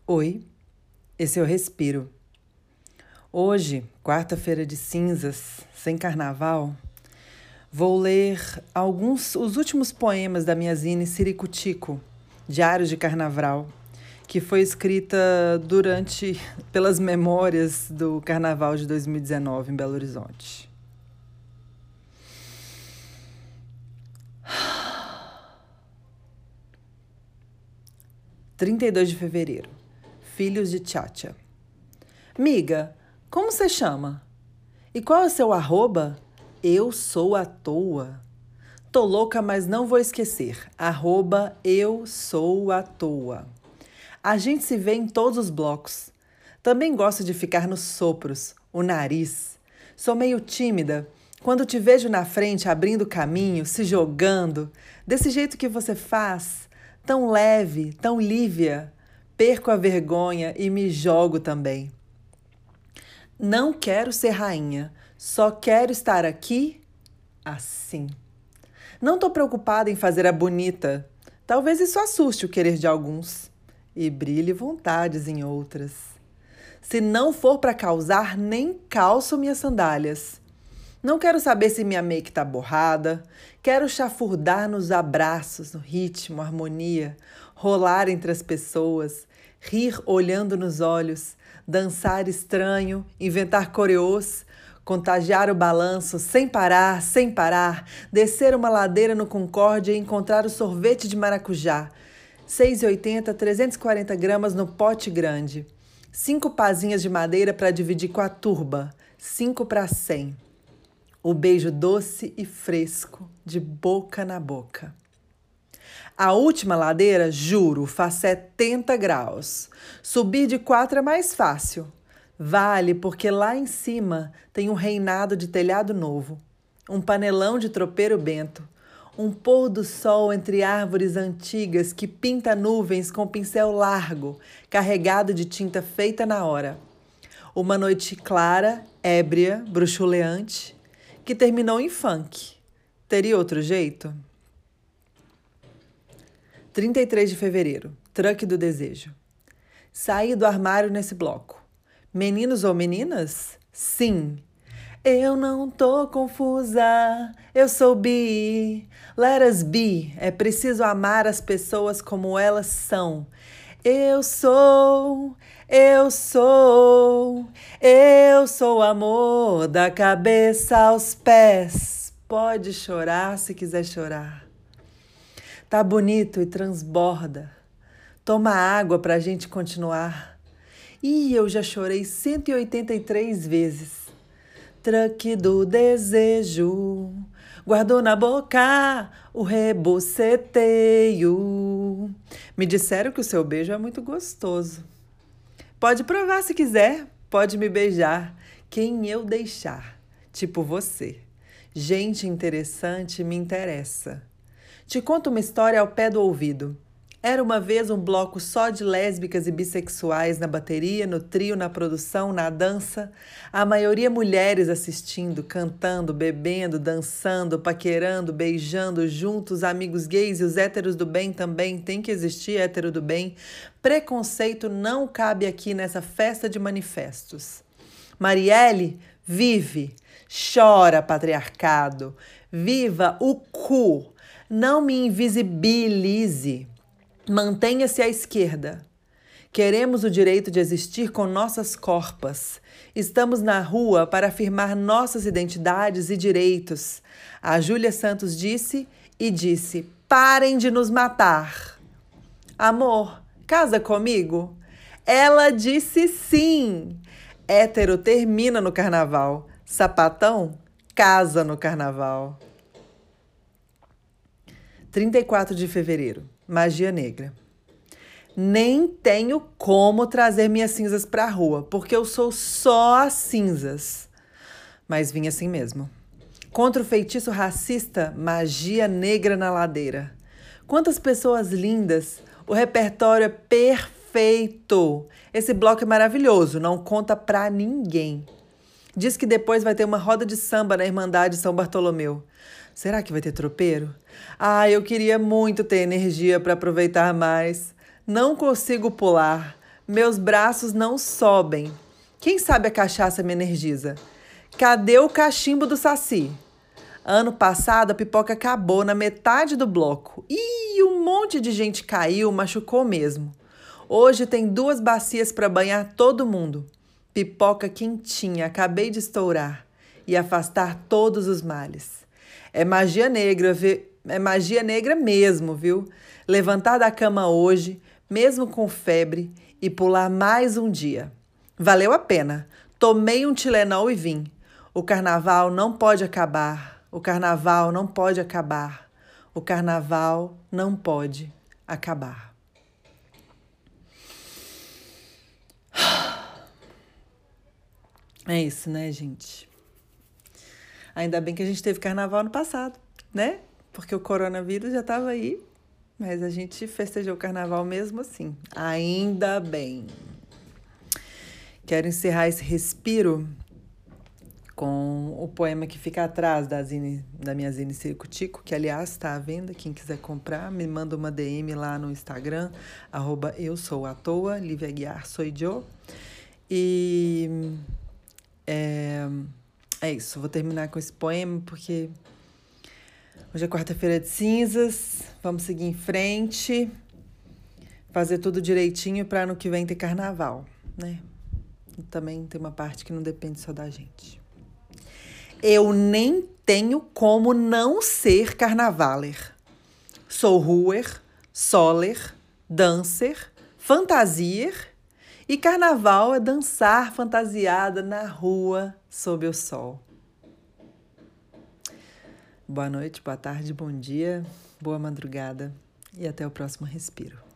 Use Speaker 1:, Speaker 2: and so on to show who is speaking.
Speaker 1: Oi, esse é o Respiro. Hoje, quarta-feira de cinzas, sem carnaval, vou ler os últimos poemas da minha zine Siricutico, Diários de Carnaval, que foi escrita pelas memórias do Carnaval de 2019 em Belo Horizonte. (32 de fevereiro) Filhos de Tchatcha. Miga, como você chama? E qual é o seu arroba? Eu sou à toa. Tô louca, mas não vou esquecer. Arroba eu sou à toa. A gente se vê em todos os blocos. Também gosto de ficar nos sopros, o nariz. Sou meio tímida. Quando te vejo na frente abrindo caminho, se jogando, desse jeito que você faz, tão leve, tão lívia, perco a vergonha e me jogo também. Não quero ser rainha, só quero estar aqui assim. Não tô preocupada em fazer a bonita. Talvez isso assuste o querer de alguns e brilhe vontades em outras. Se não for para causar, nem calço minhas sandálias. Não quero saber se minha make tá borrada. Quero chafurdar nos abraços, no ritmo, harmonia, rolar entre as pessoas, rir olhando nos olhos, dançar estranho, inventar coreôs, contagiar o balanço sem parar, descer uma ladeira no Concórdia e encontrar o sorvete de maracujá. 6,80, 340 gramas no pote grande. 5 pazinhas de madeira para dividir com a turba. 5 para 100. O beijo doce e fresco, de boca na boca. A última ladeira, juro, faz 70 graus. Subir de 4 é mais fácil. Vale porque lá em cima tem um reinado de telhado novo, um panelão de tropeiro bento, um pôr do sol entre árvores antigas que pinta nuvens com pincel largo, carregado de tinta feita na hora. Uma noite clara, ébria, bruxuleante, que terminou em funk. Teria outro jeito? 33 de fevereiro, Truque do Desejo. Saí do armário nesse bloco. Meninos ou meninas? Sim. Eu não tô confusa, eu sou bi. Let us be. É preciso amar as pessoas como elas são. Eu sou amor da cabeça aos pés. Pode chorar se quiser chorar. Tá bonito e transborda. Toma água pra gente continuar. Ih, eu já chorei 183 vezes. Truque do desejo, guardou na boca o reboceteio. Me disseram que o seu beijo é muito gostoso. Pode provar se quiser, pode me beijar, quem eu deixar, tipo você. Gente interessante me interessa. Te conto uma história ao pé do ouvido. Era uma vez um bloco só de lésbicas e bissexuais na bateria, no trio, na produção, na dança. A maioria mulheres assistindo, cantando, bebendo, dançando, paquerando, beijando juntos, amigos gays e os héteros do bem também. Tem que existir hétero do bem. Preconceito não cabe aqui nessa festa de manifestos. Marielle, vive, chora patriarcado, viva o cu, não me invisibilize. Mantenha-se à esquerda. Queremos o direito de existir com nossas corpas. Estamos na rua para afirmar nossas identidades e direitos. A Júlia Santos disse, parem de nos matar. Amor, casa comigo? Ela disse sim. Hétero termina no carnaval. Sapatão casa no carnaval. 34 de fevereiro. Magia negra. Nem tenho como trazer minhas cinzas para a rua, porque eu sou só as cinzas. Mas vim assim mesmo. Contra o feitiço racista, magia negra na ladeira. Quantas pessoas lindas! O repertório é perfeito. Esse bloco é maravilhoso, não conta pra ninguém. Diz que depois vai ter uma roda de samba na Irmandade São Bartolomeu. Será que vai ter tropeiro? Ah, eu queria muito ter energia para aproveitar mais. Não consigo pular. Meus braços não sobem. Quem sabe a cachaça me energiza? Cadê o cachimbo do Saci? Ano passado a pipoca acabou na metade do bloco. Ih, um monte de gente caiu, machucou mesmo. Hoje tem 2 bacias para banhar todo mundo. Pipoca quentinha, acabei de estourar e afastar todos os males. É magia negra, é magia negra mesmo, viu? Levantar da cama hoje, mesmo com febre, e pular mais um dia. Valeu a pena. Tomei um Tilenol e vim. O carnaval não pode acabar. O carnaval não pode acabar. O carnaval não pode acabar. É isso, né, gente? Ainda bem que a gente teve carnaval no passado, né? Porque o coronavírus já estava aí, mas a gente festejou o carnaval mesmo assim. Ainda bem. Quero encerrar esse respiro com o poema que fica atrás da minha zine Circo-Tico, que aliás está à venda. Quem quiser comprar, me manda uma DM lá no Instagram, @eusouatoa, Lívia Aguiar sou eu. E é isso, vou terminar com esse poema porque hoje é quarta-feira de cinzas, vamos seguir em frente, fazer tudo direitinho para ano que vem ter carnaval, né? E também tem uma parte que não depende só da gente. Eu nem tenho como não ser carnavaler. Sou ruer, soler, dancer, fantasier, e carnaval é dançar fantasiada na rua sob o sol. Boa noite, boa tarde, bom dia, boa madrugada e até o próximo respiro.